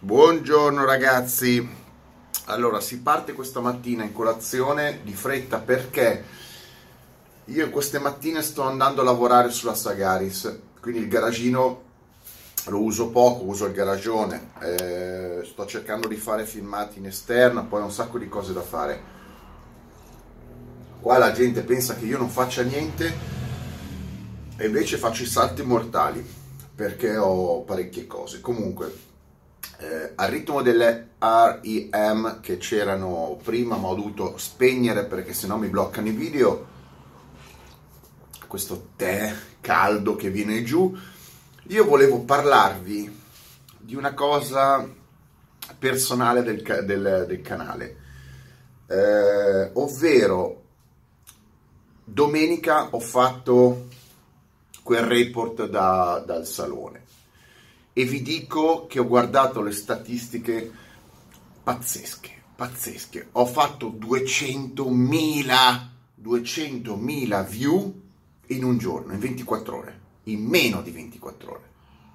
Buongiorno ragazzi, allora si parte questa mattina in colazione di fretta perché io in queste mattine sto andando a lavorare sulla Sagaris, quindi il garagino lo uso poco, uso il garagione, sto cercando di fare filmati in esterna, poi ho un sacco di cose da fare. Qua la gente pensa che io non faccia niente e invece faccio i salti mortali perché ho parecchie cose. Comunque al ritmo delle REM che c'erano prima, ma ho dovuto spegnere perché sennò mi bloccano i video. Questo tè caldo che viene giù. Io volevo parlarvi di una cosa personale del canale, ovvero domenica ho fatto quel report dal salone e vi dico che ho guardato le statistiche pazzesche. Ho fatto 200.000 view in un giorno, in 24 ore, in meno di 24 ore.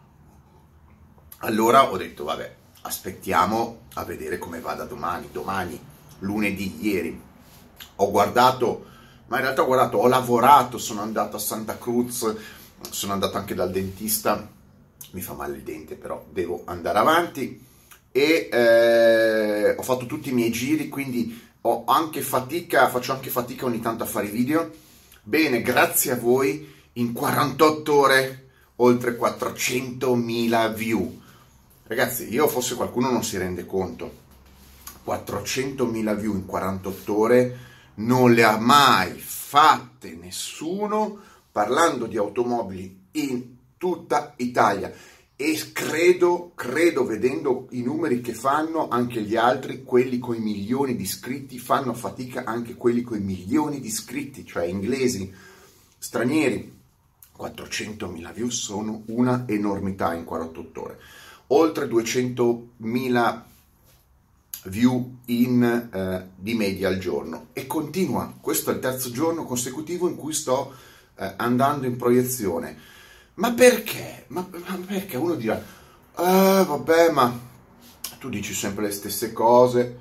Allora ho detto, vabbè, aspettiamo a vedere come vada domani, lunedì, ieri. Ho guardato, ma in realtà ho lavorato, sono andato a Santa Cruz, sono andato anche dal dentista, mi fa male il dente, però devo andare avanti e ho fatto tutti i miei giri, quindi faccio anche fatica ogni tanto a fare i video. Bene, grazie a voi, in 48 ore oltre 400.000 view. Ragazzi, io forse qualcuno non si rende conto, 400.000 view in 48 ore non le ha mai fatte nessuno parlando di automobili in tutta Italia, e credo vedendo i numeri che fanno anche gli altri, quelli con i milioni di iscritti, fanno fatica anche quelli con i milioni di iscritti, cioè inglesi, stranieri. 400.000 view sono una enormità in 48 ore, oltre 200.000 view di media al giorno, e continua. Questo è il terzo giorno consecutivo in cui sto andando in proiezione. Ma perché? Ma perché? Uno dirà, vabbè, ma tu dici sempre le stesse cose,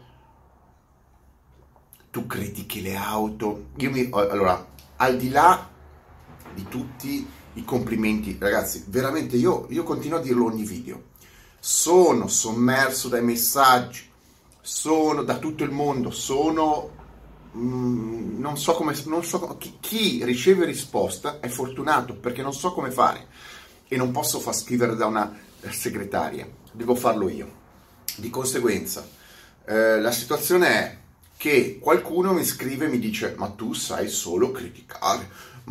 tu critichi le auto. Allora, al di là di tutti i complimenti, ragazzi, veramente io continuo a dirlo ogni video, sono sommerso dai messaggi, sono da tutto il mondo, non so chi riceve risposta è fortunato, perché non so come fare e non posso far scrivere da una segretaria, devo farlo io. Di conseguenza la situazione è che qualcuno mi scrive e mi dice: ma tu sai solo criticare,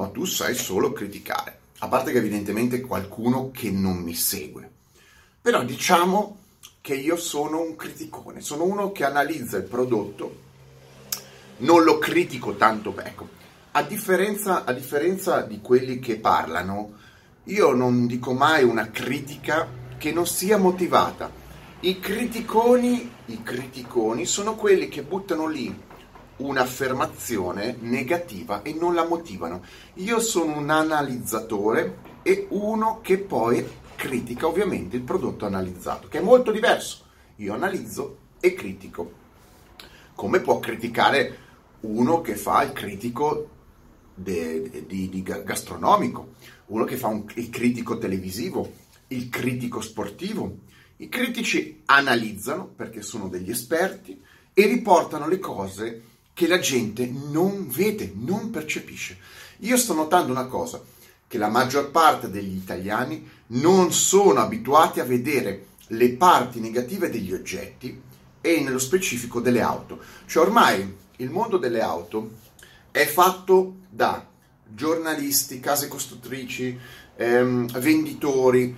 a parte che evidentemente qualcuno che non mi segue, però diciamo che io sono un criticone, sono uno che analizza il prodotto, non lo critico tanto, ecco, a differenza di quelli che parlano, io non dico mai una critica che non sia motivata. I criticoni sono quelli che buttano lì un'affermazione negativa e non la motivano. Io sono un analizzatore e uno che poi critica ovviamente il prodotto analizzato, che è molto diverso. Io analizzo e critico. Come può criticare uno che fa il critico di gastronomico, uno che fa il critico televisivo, il critico sportivo? I critici analizzano perché sono degli esperti e riportano le cose che la gente non vede, non percepisce. Io sto notando una cosa, che la maggior parte degli italiani non sono abituati a vedere le parti negative degli oggetti e nello specifico delle auto. Cioè ormai il mondo delle auto è fatto da giornalisti, case costruttrici, venditori,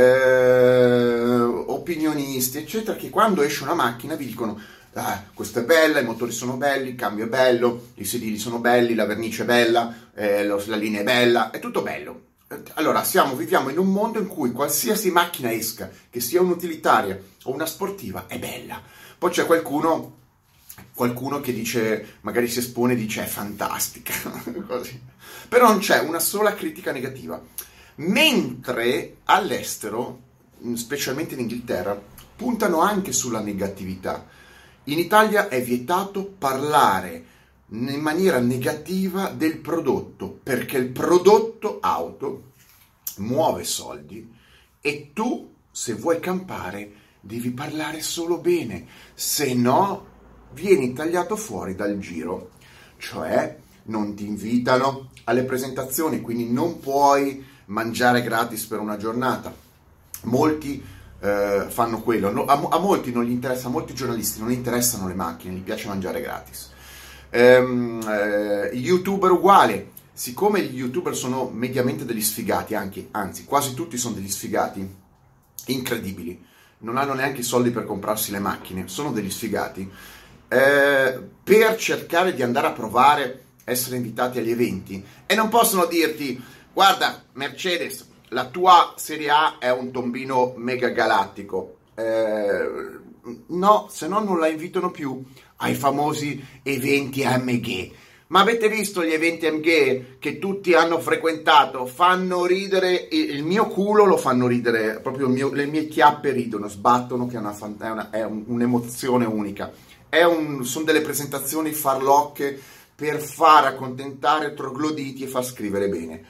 opinionisti, eccetera, che quando esce una macchina vi dicono: questa è bella, i motori sono belli, il cambio è bello, i sedili sono belli, la vernice è bella, la linea è bella, è tutto bello. Allora, viviamo in un mondo in cui qualsiasi macchina esca, che sia un'utilitaria o una sportiva, è bella. Poi c'è qualcuno che dice, magari si espone e dice è fantastica, così. Però non c'è una sola critica negativa. Mentre all'estero, specialmente in Inghilterra, puntano anche sulla negatività. In Italia è vietato parlare in maniera negativa del prodotto, perché il prodotto auto muove soldi e tu, se vuoi campare, devi parlare solo bene, se no vieni tagliato fuori dal giro. Cioè non ti invitano alle presentazioni, quindi non puoi mangiare gratis per una giornata. Molti fanno quello, a molti non gli interessa, a molti giornalisti non interessano le macchine, gli piace mangiare gratis. YouTuber uguale, siccome gli YouTuber sono mediamente degli sfigati, anzi quasi tutti sono degli sfigati incredibili, non hanno neanche i soldi per comprarsi le macchine, sono degli sfigati, per cercare di andare a provare, essere invitati agli eventi, e non possono dirti: guarda Mercedes, la tua Serie A è un tombino mega galattico, no, se no non la invitano più ai famosi eventi AMG. Ma avete visto gli eventi AMG che tutti hanno frequentato? Fanno ridere, il mio culo lo fanno ridere, proprio le mie chiappe ridono, sbattono, che è un'emozione unica. Sono delle presentazioni farlocche per far accontentare trogloditi e far scrivere bene.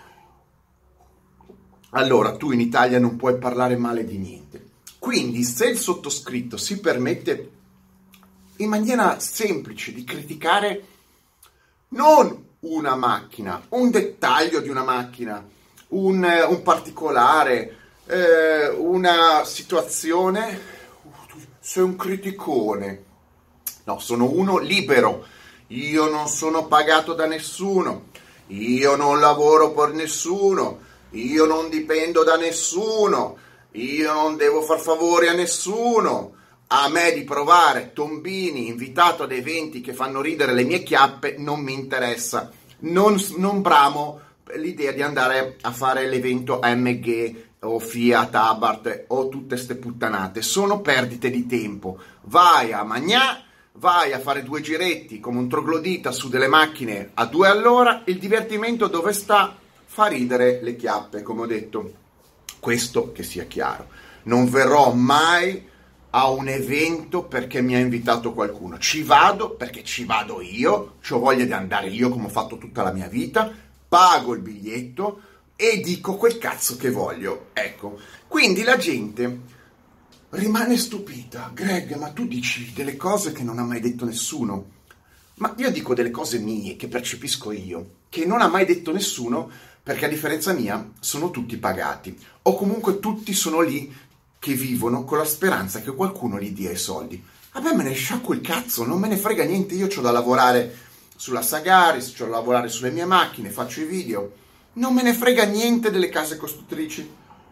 Allora, tu in Italia non puoi parlare male di niente. Quindi, se il sottoscritto si permette in maniera semplice di criticare non una macchina, un dettaglio di una macchina, un particolare, una situazione, sei un criticone. No, sono uno libero. Io non sono pagato da nessuno. Io non lavoro per nessuno. Io non dipendo da nessuno. Io non devo far favori a nessuno. A me di provare tombini, invitato ad eventi che fanno ridere le mie chiappe, non mi interessa. Non bramo l'idea di andare a fare l'evento AMG o Fiat, Abarth o tutte ste puttanate. Sono perdite di tempo. Vai a Magnà, vai a fare 2 giretti come un troglodita su delle macchine a 2 all'ora. Il divertimento dove sta? Fa ridere le chiappe, come ho detto. Questo che sia chiaro. Non verrò mai a un evento perché mi ha invitato qualcuno. Ci vado perché ci vado io, c'ho voglia di andare io come ho fatto tutta la mia vita, pago il biglietto e dico quel cazzo che voglio. Ecco, quindi la gente rimane stupita. Greg, ma tu dici delle cose che non ha mai detto nessuno. Ma io dico delle cose mie che percepisco io, che non ha mai detto nessuno, perché a differenza mia sono tutti pagati, o comunque tutti sono lì che vivono con la speranza che qualcuno gli dia i soldi. A me ne sciacquo il cazzo, non me ne frega niente, io c'ho da lavorare sulla Sagaris, c'ho da lavorare sulle mie macchine, faccio i video, non me ne frega niente delle case costruttrici.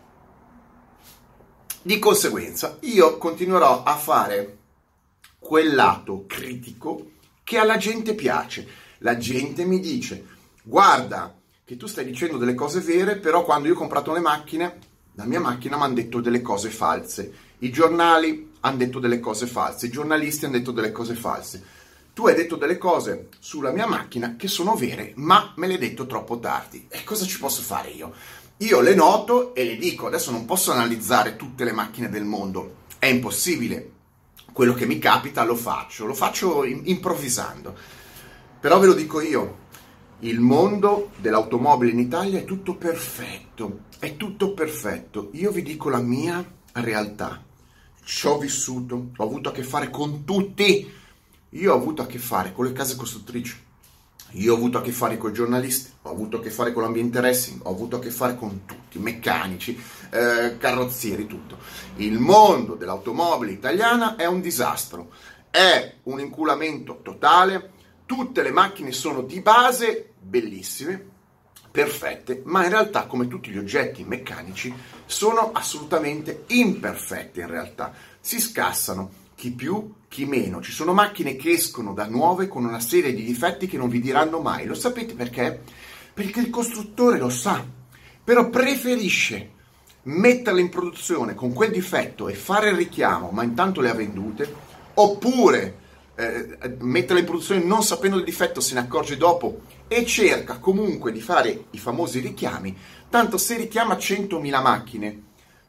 Di conseguenza, io continuerò a fare quel lato critico che alla gente piace. La gente mi dice: guarda che tu stai dicendo delle cose vere, però quando io ho comprato le macchine, la mia macchina mi hanno detto delle cose false, i giornali hanno detto delle cose false, i giornalisti hanno detto delle cose false. Tu hai detto delle cose sulla mia macchina che sono vere, ma me le hai detto troppo tardi. E cosa ci posso fare io? Io le noto e le dico. Adesso non posso analizzare tutte le macchine del mondo, è impossibile. Quello che mi capita lo faccio improvvisando. Però ve lo dico io, il mondo dell'automobile in Italia è tutto perfetto. È tutto perfetto. Io vi dico la mia realtà. Ci ho vissuto, ho avuto a che fare con tutti. Io ho avuto a che fare con le case costruttrici. Io ho avuto a che fare con i giornalisti, ho avuto a che fare con l'ambiente racing, ho avuto a che fare con tutti, meccanici, carrozzieri, tutto. Il mondo dell'automobile italiana è un disastro, è un inculamento totale. Tutte le macchine sono di base bellissime, perfette, ma in realtà, come tutti gli oggetti meccanici, sono assolutamente imperfette in realtà. Si scassano, chi più, chi meno. Ci sono macchine che escono da nuove con una serie di difetti che non vi diranno mai. Lo sapete perché? Perché il costruttore lo sa, però preferisce metterle in produzione con quel difetto e fare il richiamo, ma intanto le ha vendute, oppure metterle in produzione non sapendo il difetto, se ne accorge dopo e cerca comunque di fare i famosi richiami. Tanto se richiama 100.000 macchine,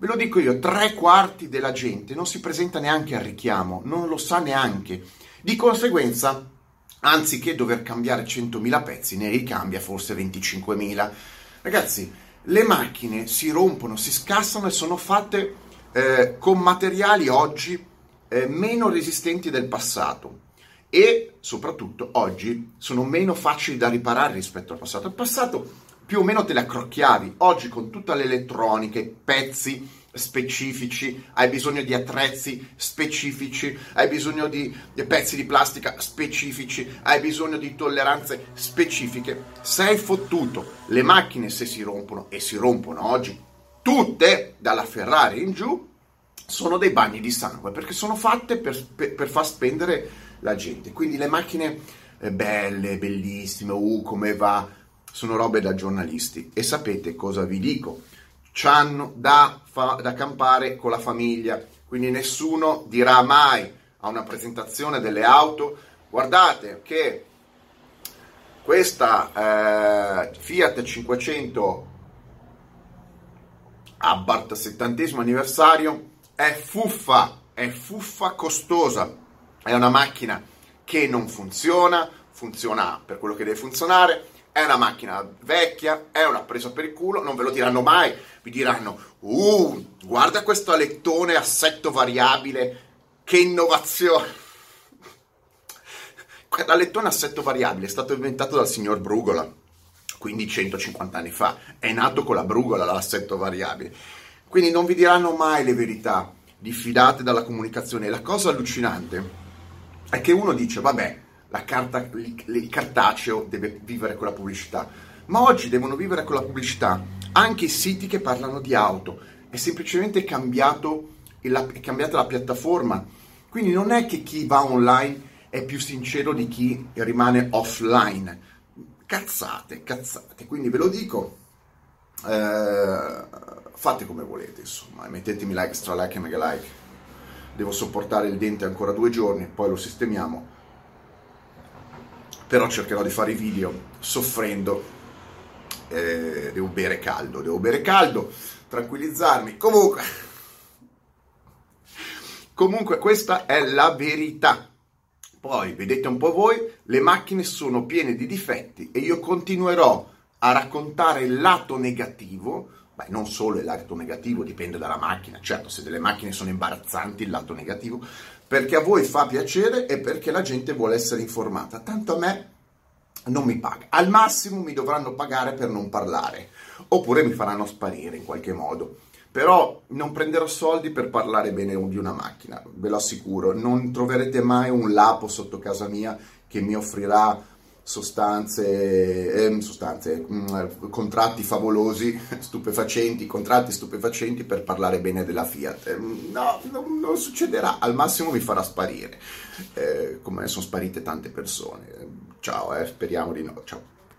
Ve lo dico io, 3/4 della gente non si presenta neanche al richiamo, non lo sa neanche. Di conseguenza, anziché dover cambiare 100.000 pezzi, ne ricambia forse 25.000. Ragazzi, le macchine si rompono, si scassano e sono fatte con materiali oggi meno resistenti del passato e soprattutto oggi sono meno facili da riparare rispetto al passato. Il passato più o meno te le accrocchiavi, oggi con tutta l'elettronica, i pezzi specifici, hai bisogno di attrezzi specifici, hai bisogno di pezzi di plastica specifici, hai bisogno di tolleranze specifiche. Sei fottuto. Le macchine, se si rompono, e si rompono oggi tutte, dalla Ferrari in giù, sono dei bagni di sangue, perché sono fatte per far spendere la gente. Quindi le macchine belle, bellissime, come va, sono robe da giornalisti. E sapete cosa vi dico? C'hanno da campare con la famiglia, quindi nessuno dirà mai a una presentazione delle auto: guardate che questa Fiat 500 Abarth 70° anniversario è fuffa costosa, è una macchina che non funziona per quello che deve funzionare, è una macchina vecchia, è una presa per il culo. Non ve lo diranno mai, vi diranno: guarda questo alettone assetto variabile, che innovazione. L'alettone assetto variabile è stato inventato dal signor Brugola, quindi 150 anni fa, è nato con la Brugola l'assetto variabile. Quindi non vi diranno mai le verità, diffidate dalla comunicazione. La cosa allucinante è che uno dice: vabbè, il cartaceo deve vivere con la pubblicità, ma oggi devono vivere con la pubblicità anche i siti che parlano di auto. È semplicemente cambiata la piattaforma, quindi non è che chi va online è più sincero di chi rimane offline. Cazzate, quindi ve lo dico, fate come volete, insomma, mettetemi like, extra like e mega like. Devo sopportare il dente ancora 2 giorni, poi lo sistemiamo. Però cercherò di fare i video soffrendo, devo bere caldo, tranquillizzarmi. Comunque questa è la verità. Poi vedete un po' voi, le macchine sono piene di difetti e io continuerò a raccontare il lato negativo. Beh, non solo il lato negativo, dipende dalla macchina. Certo, se delle macchine sono imbarazzanti, il lato negativo, perché a voi fa piacere e perché la gente vuole essere informata. Tanto a me non mi paga. Al massimo mi dovranno pagare per non parlare, oppure mi faranno sparire in qualche modo. Però non prenderò soldi per parlare bene di una macchina, ve lo assicuro. Non troverete mai un lapo sotto casa mia che mi offrirà contratti favolosi, contratti stupefacenti per parlare bene della Fiat. No, non succederà. Al massimo mi farà sparire, come sono sparite tante persone. Ciao, speriamo di no. Ciao.